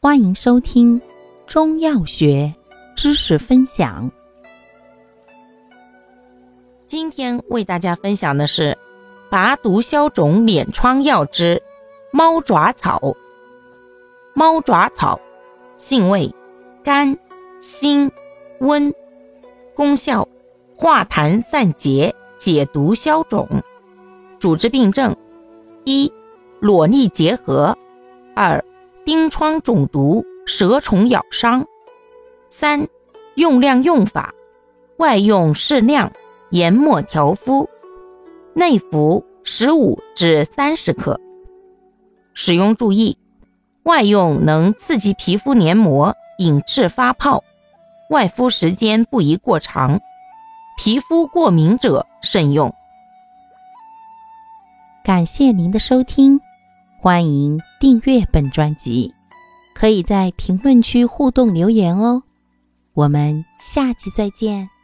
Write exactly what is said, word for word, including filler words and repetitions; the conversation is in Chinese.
欢迎收听中药学知识分享。今天为大家分享的是拔毒消肿脸疮药之猫爪草。猫爪草性味甘、辛、温，功效化痰散结，解毒消肿。主治病症：一、裸痢结核；二、疔疮肿毒、蛇虫咬伤。三、用量用法：外用适量，研末调敷，内服十五至三十克。使用注意：外用能刺激皮肤黏膜，引致发泡，外敷时间不宜过长，皮肤过敏者慎用。感谢您的收听，欢迎订阅本专辑，可以在评论区互动留言哦。我们下期再见。